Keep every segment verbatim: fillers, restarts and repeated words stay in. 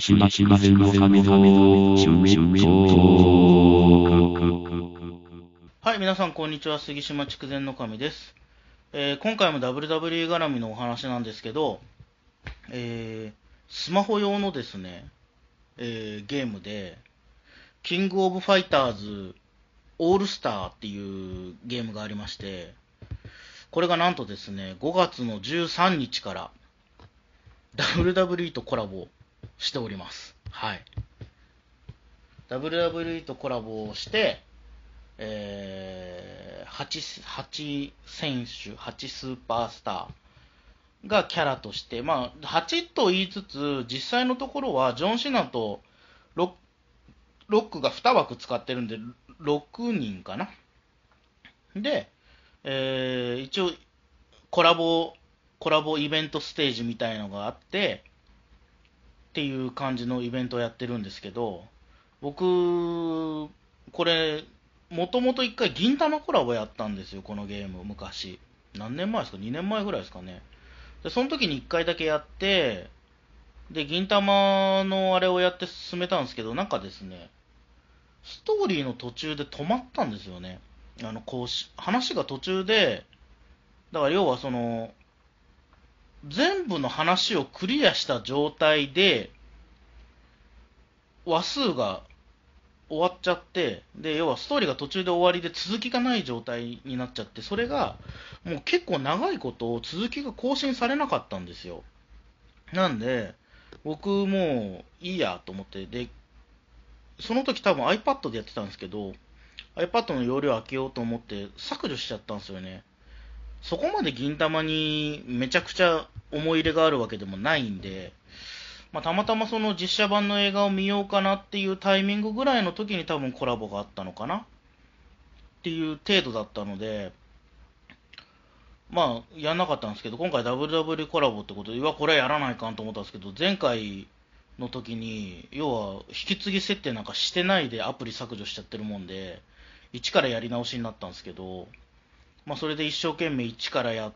しましましの神々の趣味トーク。 はい、皆さんこんにちは。杉島筑前の神です。えー今回も ダブリューダブリューイー 絡みのお話なんですけど、えースマホ用のですね、えーゲームで、キングオブファイターズオールスターっていうゲームがありまして、これがなんとですね、ごがつのじゅうさんにちから ダブリューダブリューイー とコラボしております。はい。ダブリューダブリューイー とコラボをして、えー、はち, はち選手、はちスーパースターがキャラとして、まあ、はちと言いつつ、実際のところはジョン・シナとロッロックがに枠使ってるんで、ろくにんかな。で、えー一応コラボ、コラボイベントステージみたいのがあって、っていう感じのイベントをやってるんですけど、僕、これ、もともと一回銀魂コラボやったんですよ、このゲーム、昔。何年前ですか？ に 年前ぐらいですかね。で、その時に一回だけやって、で、銀魂のあれをやって進めたんですけど、なんかですね、ストーリーの途中で止まったんですよね。あの、こうし、話が途中で、だから要はその、全部の話をクリアした状態で、話数が終わっちゃって、で、要はストーリーが途中で終わりで続きがない状態になっちゃって、それがもう結構長いこと続きが更新されなかったんですよ。なんで、僕もういいやと思って、で、その時多分 iPad でやってたんですけど、iPad の容量開けようと思って削除しちゃったんですよね。そこまで銀魂にめちゃくちゃ思い入れがあるわけでもないんで、まあ、たまたまその実写版の映画を見ようかなっていうタイミングぐらいの時に多分コラボがあったのかなっていう程度だったので、まあ、やんなかったんですけど、今回 ダブリューダブリュー コラボってことで、うわ、これはやらないかんと思ったんですけど、前回の時に、要は、引き継ぎ設定なんかしてないでアプリ削除しちゃってるもんで、一からやり直しになったんですけど、まあ、それで一生懸命一からやって、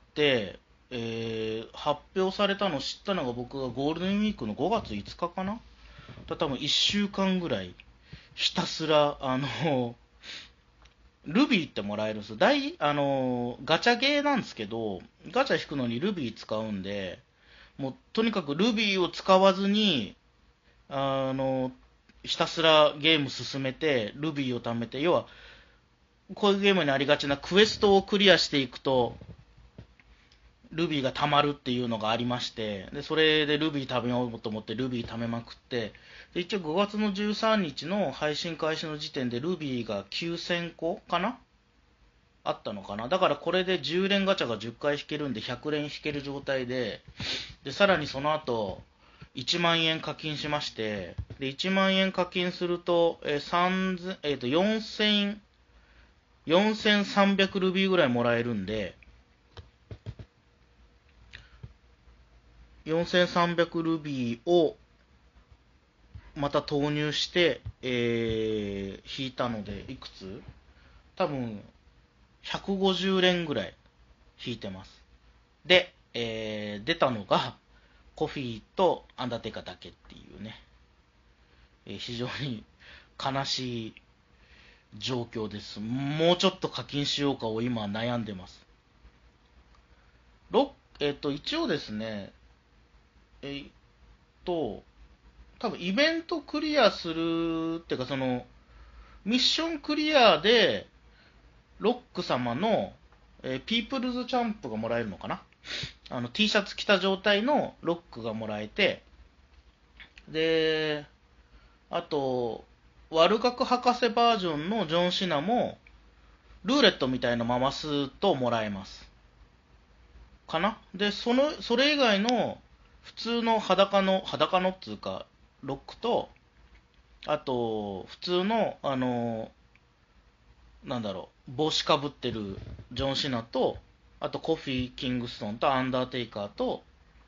えー、発表されたの知ったのが僕がゴールデンウィークのごがついつかかな。だ多分いっしゅうかんぐらい、ひたすら、あの、ルビーってもらえるんですよ。大、あの、ガチャゲーなんですけど、ガチャ引くのにルビー使うんで、もうとにかくルビーを使わずに、あの、ひたすらゲーム進めて、ルビーを貯めて、要は、こういうゲームにありがちなクエストをクリアしていくと、ルビーが貯まるっていうのがありまして、で、それでルビー貯めようと思ってルビー貯めまくって、で、一応ごがつのじゅうさんにちの配信開始の時点でルビーがきゅうせんこかなあったのかな。だからこれでじゅう連ガチャがじゅっかい引けるんでひゃく連引ける状態で、で、さらにその後、いちまん円課金しまして、で、いちまん円課金すると、えー、さんぜんえっ、と、よんせん、よんせんさんびゃくルビーぐらいもらえるんで、よんせんさんびゃくルビーをまた投入して、えー、引いたので、いくつ多分、ひゃくごじゅう連ぐらい引いてます。で、えー、出たのが、コフィーとアンダーテイカーだけっていうね、えー非常に悲しい状況です。もうちょっと課金しようかを今悩んでます。ロえっ、と、一応ですね、えっ、と、多分イベントクリアするっていうか、その、ミッションクリアで、ロック様の、えーピープルズチャンプがもらえるのかな。あの T シャツ着た状態のロックがもらえて、で、あと、悪学博士バージョンのジョン・シナも、ルーレットみたいなの回すともらえます。かな。で、その、それ以外の、普通の裸の、裸のっていうか、ロックと、あと、普通の、あの、なんだろう、帽子かぶってるジョン・シナと、あとコフィー・キングストンとアンダーテイカーと、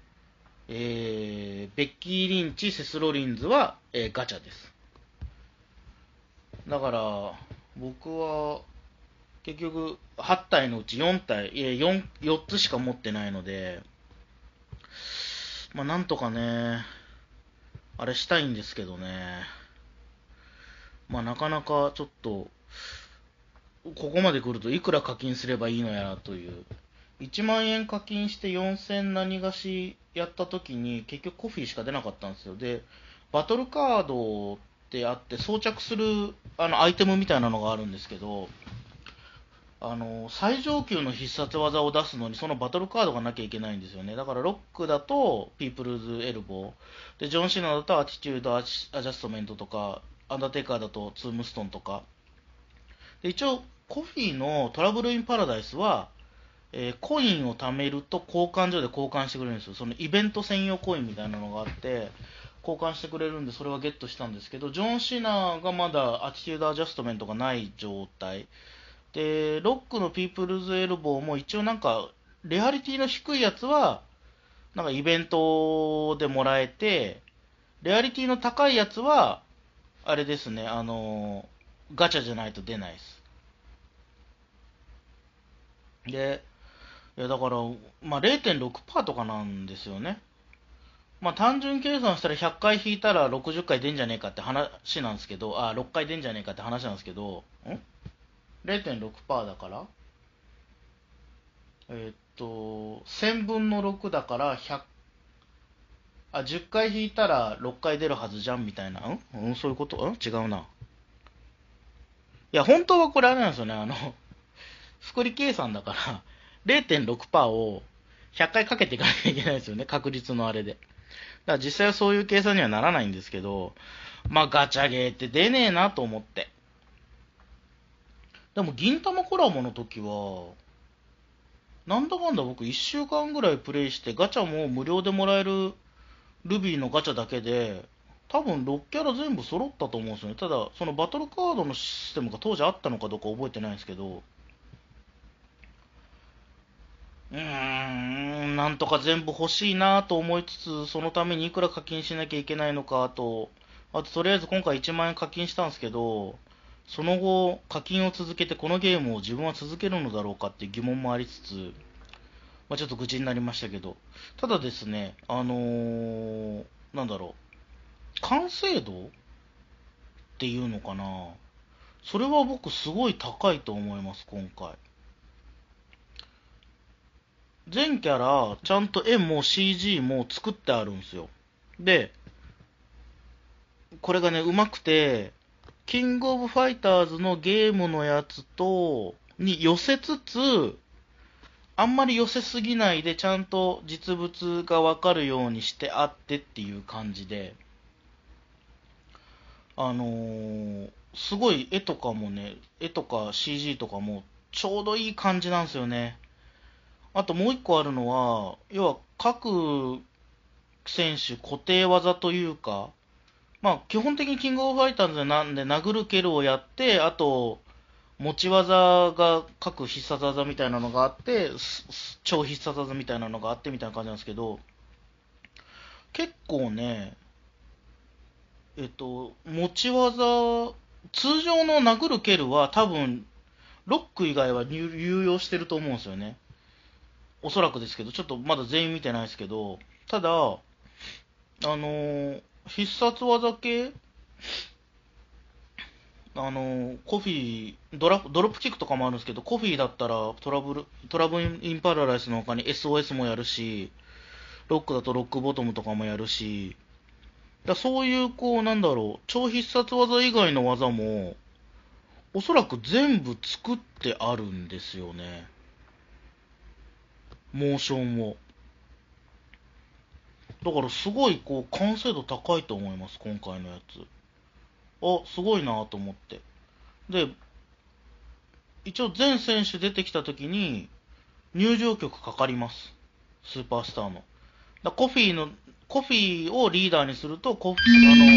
えー、ベッキー・リンチ、セス・ロリンズは、えーガチャです。だから、僕は、結局、はち体のうちよん体、いや、よん、よっつしか持ってないので、まあ、なんとかね、 あれしたいんですけどね。まあなかなかちょっと、ここまで来るといくら課金すればいいのやらという。いちまん円課金してよんせん何がしやった時に結局コフィーしか出なかったんですよ。で、バトルカードってあって装着するあのアイテムみたいなのがあるんですけど、あの、最上級の必殺技を出すのにそのバトルカードがなきゃいけないんですよね。だからロックだとピープルズエルボー。で、ジョン・シナだとアティチュードアジャストメントとか、アンダーテイカーだとツームストンとか。で、一応コフィーのトラブルインパラダイスは、えーコインを貯めると交換所で交換してくれるんですよ。そのイベント専用コインみたいなのがあって、交換してくれるんで、それはゲットしたんですけど、ジョン・シナがまだアティチュードアジャストメントがない状態。で、ロックのピープルズエルボーも一応なんか、レアリティの低いやつは、なんかイベントでもらえて、レアリティの高いやつは、あれですね、あのーガチャじゃないと出ないです。で、いやだから、まあ、れいてんろくパーセントとかなんですよね。まあ、単純計算したらひゃっかい引いたらろくじゅっかい出んじゃねえかって話なんですけど、あ、ろっかい出んじゃねえかって話なんですけど、ん れいてんろくパーセント だから、えーっと、せんぶんのろくだからひゃく、あ、じゅっかい引いたらろっかい出るはずじゃんみたいな、んうん、そういうことん違うな。いや、本当はこれあれなんですよね、あの、複利計算だから、れいてんろくパーセントをひゃっかいかけていかなきゃいけないですよね、確率のあれで。だから実際はそういう計算にはならないんですけど、まあガチャゲーって出ねえなと思って。でも銀魂コラボの時は、なんだかんだ僕いっしゅうかんぐらいプレイしてガチャも無料でもらえるルビーのガチャだけで、多分ろくキャラ全部揃ったと思うんですよね。ただ、そのバトルカードのシステムが当時あったのかどうか覚えてないんですけど、うーん、なんとか全部欲しいなと思いつつ、そのためにいくら課金しなきゃいけないのかと、あととりあえず今回いちまん円課金したんですけど、その後課金を続けてこのゲームを自分は続けるのだろうかっていう疑問もありつつ、まあ、ちょっと愚痴になりましたけど、ただですね、あのーなんだろう、完成度っていうのかな、それは僕すごい高いと思います、今回。全キャラ、ちゃんと絵も シージー も作ってあるんですよ。で、これがね、うまくて、キングオブファイターズのゲームのやつと、に寄せつつ、あんまり寄せすぎないで、ちゃんと実物がわかるようにしてあってっていう感じで、あのーすごい絵とかもね、絵とか シージー とかもちょうどいい感じなんですよね。あともう一個あるのは、要は各選手固定技というか、まあ基本的にキングオブファイターズでなんで殴る蹴るをやって、あと持ち技が各必殺技みたいなのがあって、超必殺技みたいなのがあってみたいな感じなんですけど、結構ね、えっと、持ち技、通常の殴る蹴るは多分、ロック以外は有用してると思うんですよね。おそらくですけど、ちょっとまだ全員見てないですけど、ただ、あのー必殺技系、あのーコフィードラ、ドロップキックとかもあるんですけど、コフィーだったらトラブル、トラブルインパラダイスの他に エスオーエス もやるし、ロックだとロックボトムとかもやるし、だそういう、こう、なんだろう、超必殺技以外の技も、おそらく全部作ってあるんですよね。モーションも。だからすごい、こう、完成度高いと思います、今回のやつ。あ、すごいなと思って。で、一応全選手出てきた時に、入場曲かかります。スーパースターの。だコフィーの、コフィーをリーダーにすると、コフ、あの、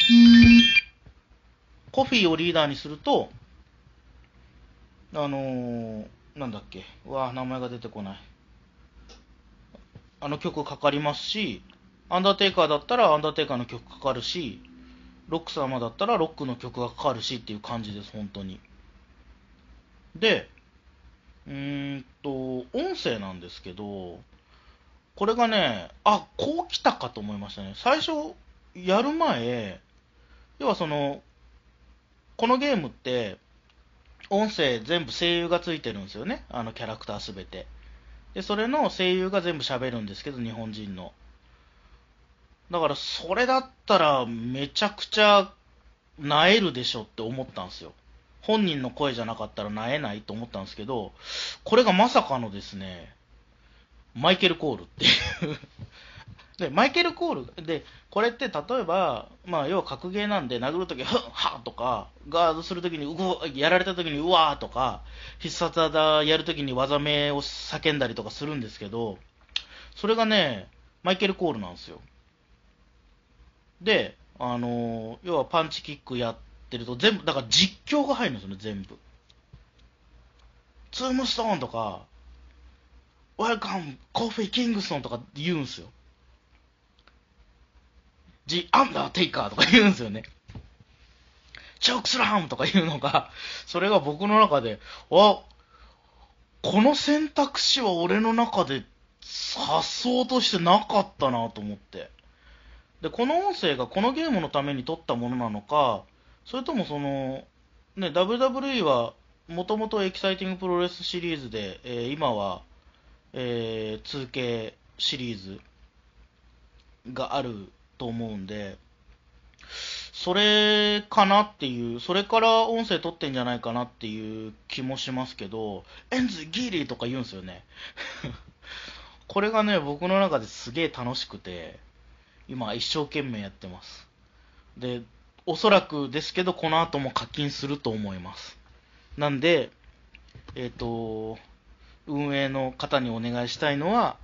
コフィーをリーダーにすると、あのーなんだっけ。うわ、名前が出てこない。あの曲かかりますし、アンダーテイカーだったらアンダーテイカーの曲かかるし、ロック様だったらロックの曲がかかるしっていう感じです、本当に。で、うーんと、音声なんですけど、これがね、あ、こう来たかと思いましたね。最初、 やる前、要はその、このゲームって、音声全部声優がついてるんですよね。あのキャラクターすべて。で、それの声優が全部喋るんですけど、日本人の。だから、それだったら、めちゃくちゃ、なえるでしょって思ったんですよ。本人の声じゃなかったらなえないと思ったんですけど、これがまさかのですね、マイケル・コールっていうで、マイケル・コール、で、これって例えば、まあ、要は格ゲーなんで、殴るとき、はっはっとか、ガードするときに、うわやられたときに、うわーとか、必殺技やるときに技名を叫んだりとかするんですけど、それがね、マイケル・コールなんですよ。で、あのー要はパンチキックやってると、全部、だから実況が入るんですよね、全部。ツームストーンとか、ウェルカム、コーフィー・キングストンとか言うんですよ。ジ・アンダーテイカーとか言うんですよね。チョークスラムとか言うのが、それが僕の中で、あ、この選択肢は俺の中で発想としてなかったなと思って。で、この音声がこのゲームのために撮ったものなのか、それともその、ね、ダブリューダブリューイー はもともとエキサイティングプロレスシリーズで、えー今は、えー ツーケー シリーズがあると思うんで、それかなっていう、それから音声取ってんじゃないかなっていう気もしますけど、エンズギリとか言うんですよね。これがね、僕の中ですげえ楽しくて、今一生懸命やってます。で、おそらくですけど、この後も課金すると思います。なんで、えっ、と、運営の方にお願いしたいのは、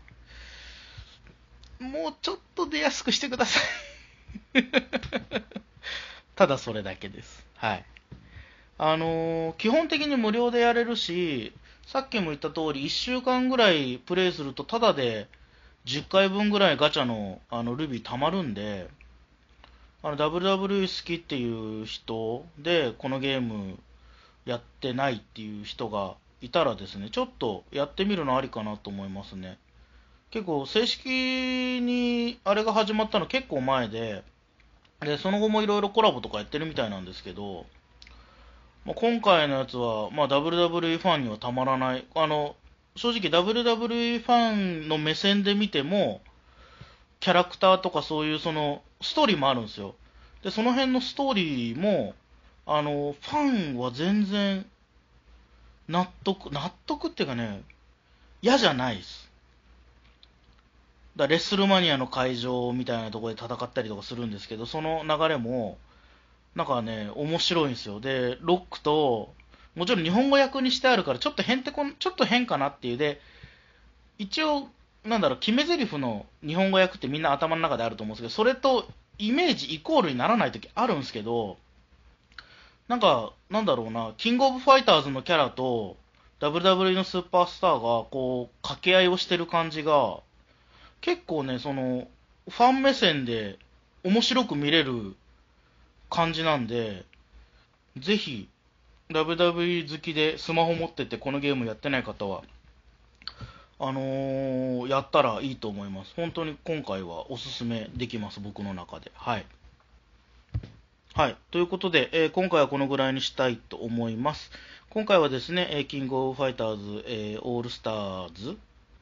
もうちょっと出やすくしてください。ただそれだけです。はい。あのー基本的に無料でやれるし、さっきも言った通り、いっしゅうかんぐらいプレイすると、タダでじゅっかいぶんぐらいガチャのあのルビー貯まるんで、あの ダブリューダブリューイー 好きっていう人で、このゲームやってないっていう人がいたらですね、ちょっとやってみるのありかなと思いますね。結構正式にあれが始まったの結構前で、で、その後もいろいろコラボとかやってるみたいなんですけど、まあ、今回のやつは、まあ、ダブリューダブリューイー ファンにはたまらない。あの、正直 ダブリューダブリューイー ファンの目線で見ても、キャラクターとかそういうその、ストーリーもあるんですよ。で、その辺のストーリーも、あの、ファンは全然納得、納得っていうかね、嫌じゃないです。だレッスルマニアの会場みたいなところで戦ったりとかするんですけど、その流れも、なんかね、面白いんですよ。で、ロックと、もちろん日本語訳にしてあるから、ちょっと変ってこん、ちょっと変かなっていう。で、一応、なんだろう、決め台詞の日本語訳ってみんな頭の中であると思うんですけど、それとイメージイコールにならない時あるんですけど、なんか、なんだろうな、キングオブファイターズのキャラと ダブリューダブリューイー のスーパースターが、こう、掛け合いをしてる感じが、結構ね、その、ファン目線で面白く見れる感じなんで、ぜひ、ダブリューダブリューイー 好きでスマホ持っててこのゲームやってない方は、あのーやったらいいと思います。本当に今回はおすすめできます、僕の中で。はい。はい。ということで、えー今回はこのぐらいにしたいと思います。今回はですね、えーキングオブファイターズ、えーオールスターズ、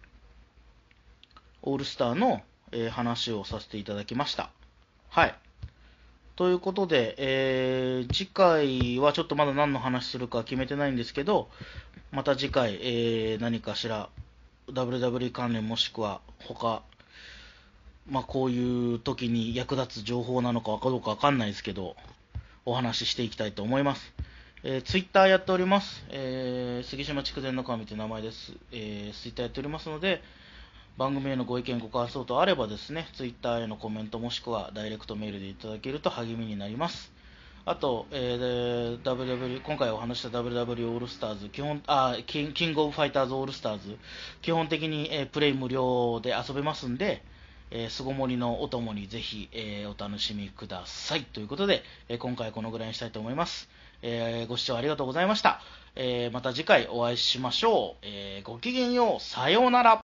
オールスターの、えー話をさせていただきました。はい。ということで、えー次回はちょっとまだ何の話するか決めてないんですけど、また次回、えー何かしら ダブリューダブリューイー 関連もしくは他、まあ、こういう時に役立つ情報なのかどうかわかんないですけど、お話ししていきたいと思います。えー、ツイッターやっております。えー、杉島筑前の神という名前です。えー、ツイッターやっておりますので、番組へのご意見ご感想とあればですね、ツイッターへのコメントもしくはダイレクトメールでいただけると励みになります。あと、えー、ダブリューダブリュー 今回お話した ダブリューダブリュー オールスターズ、基本、あキン、キングオブファイターズオールスターズ、基本的に、えープレイ無料で遊べますんで、えー、巣ごもりのお供にぜひ、えーお楽しみください。ということで、えー今回はこのぐらいにしたいと思います。えーご視聴ありがとうございました。えーまた次回お会いしましょう。えーごきげんよう。さようなら。